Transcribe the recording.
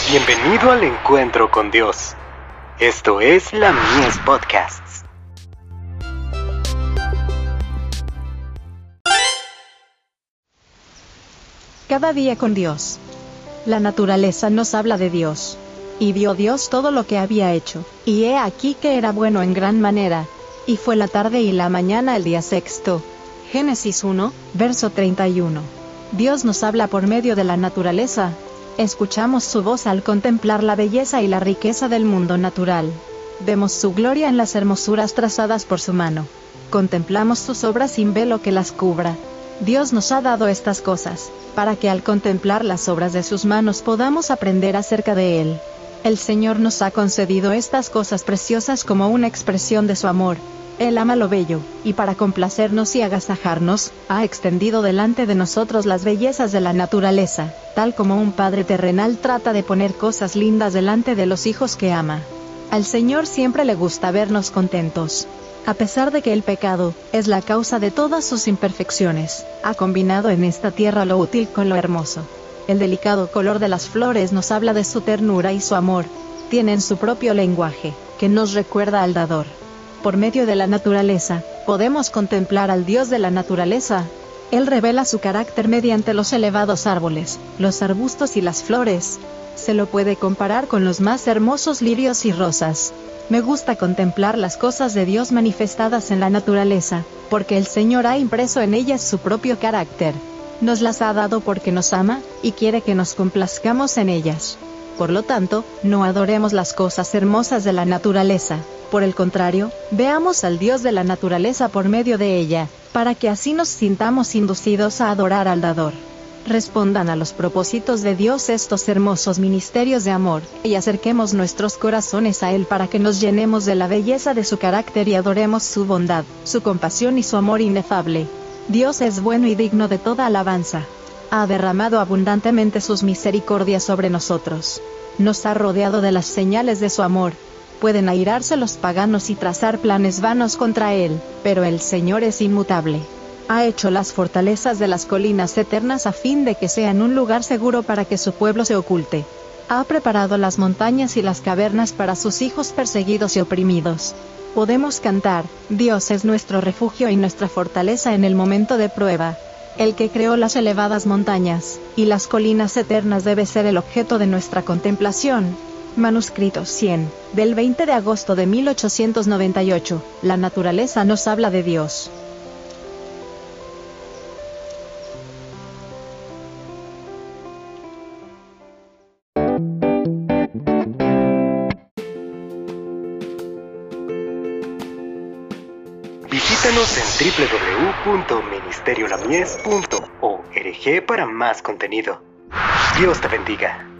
Bienvenido al encuentro con Dios. Esto es la Mies Podcasts. Cada día con Dios. La naturaleza nos habla de Dios. Y vio Dios todo lo que había hecho, y he aquí que era bueno en gran manera. Y fue la tarde y la mañana el día sexto. Génesis 1, verso 31. Dios nos habla por medio de la naturaleza. Escuchamos su voz al contemplar la belleza y la riqueza del mundo natural. Vemos su gloria en las hermosuras trazadas por su mano. Contemplamos sus obras sin velo que las cubra. Dios nos ha dado estas cosas, para que al contemplar las obras de sus manos podamos aprender acerca de Él. El Señor nos ha concedido estas cosas preciosas como una expresión de su amor. Él ama lo bello, y para complacernos y agasajarnos, ha extendido delante de nosotros las bellezas de la naturaleza, tal como un padre terrenal trata de poner cosas lindas delante de los hijos que ama. Al Señor siempre le gusta vernos contentos. A pesar de que el pecado es la causa de todas sus imperfecciones, ha combinado en esta tierra lo útil con lo hermoso. El delicado color de las flores nos habla de su ternura y su amor. Tienen su propio lenguaje, que nos recuerda al dador. Por medio de la naturaleza, podemos contemplar al Dios de la naturaleza. Él revela su carácter mediante los elevados árboles, los arbustos y las flores. Se lo puede comparar con los más hermosos lirios y rosas. Me gusta contemplar las cosas de Dios manifestadas en la naturaleza, porque el Señor ha impreso en ellas su propio carácter. Nos las ha dado porque nos ama, y quiere que nos complazcamos en ellas. Por lo tanto, no adoremos las cosas hermosas de la naturaleza. Por el contrario, veamos al Dios de la naturaleza por medio de ella, para que así nos sintamos inducidos a adorar al dador. Respondan a los propósitos de Dios estos hermosos ministerios de amor, y acerquemos nuestros corazones a Él para que nos llenemos de la belleza de su carácter y adoremos su bondad, su compasión y su amor inefable. Dios es bueno y digno de toda alabanza. Ha derramado abundantemente sus misericordias sobre nosotros. Nos ha rodeado de las señales de su amor. Pueden airarse los paganos y trazar planes vanos contra Él, pero el Señor es inmutable. Ha hecho las fortalezas de las colinas eternas a fin de que sean un lugar seguro para que su pueblo se oculte. Ha preparado las montañas y las cavernas para sus hijos perseguidos y oprimidos. Podemos cantar, Dios es nuestro refugio y nuestra fortaleza en el momento de prueba. El que creó las elevadas montañas y las colinas eternas debe ser el objeto de nuestra contemplación. Manuscrito 100, del 20 de agosto de 1898, la naturaleza nos habla de Dios. Visítanos en www.ministeriolamies.org para más contenido. Dios te bendiga.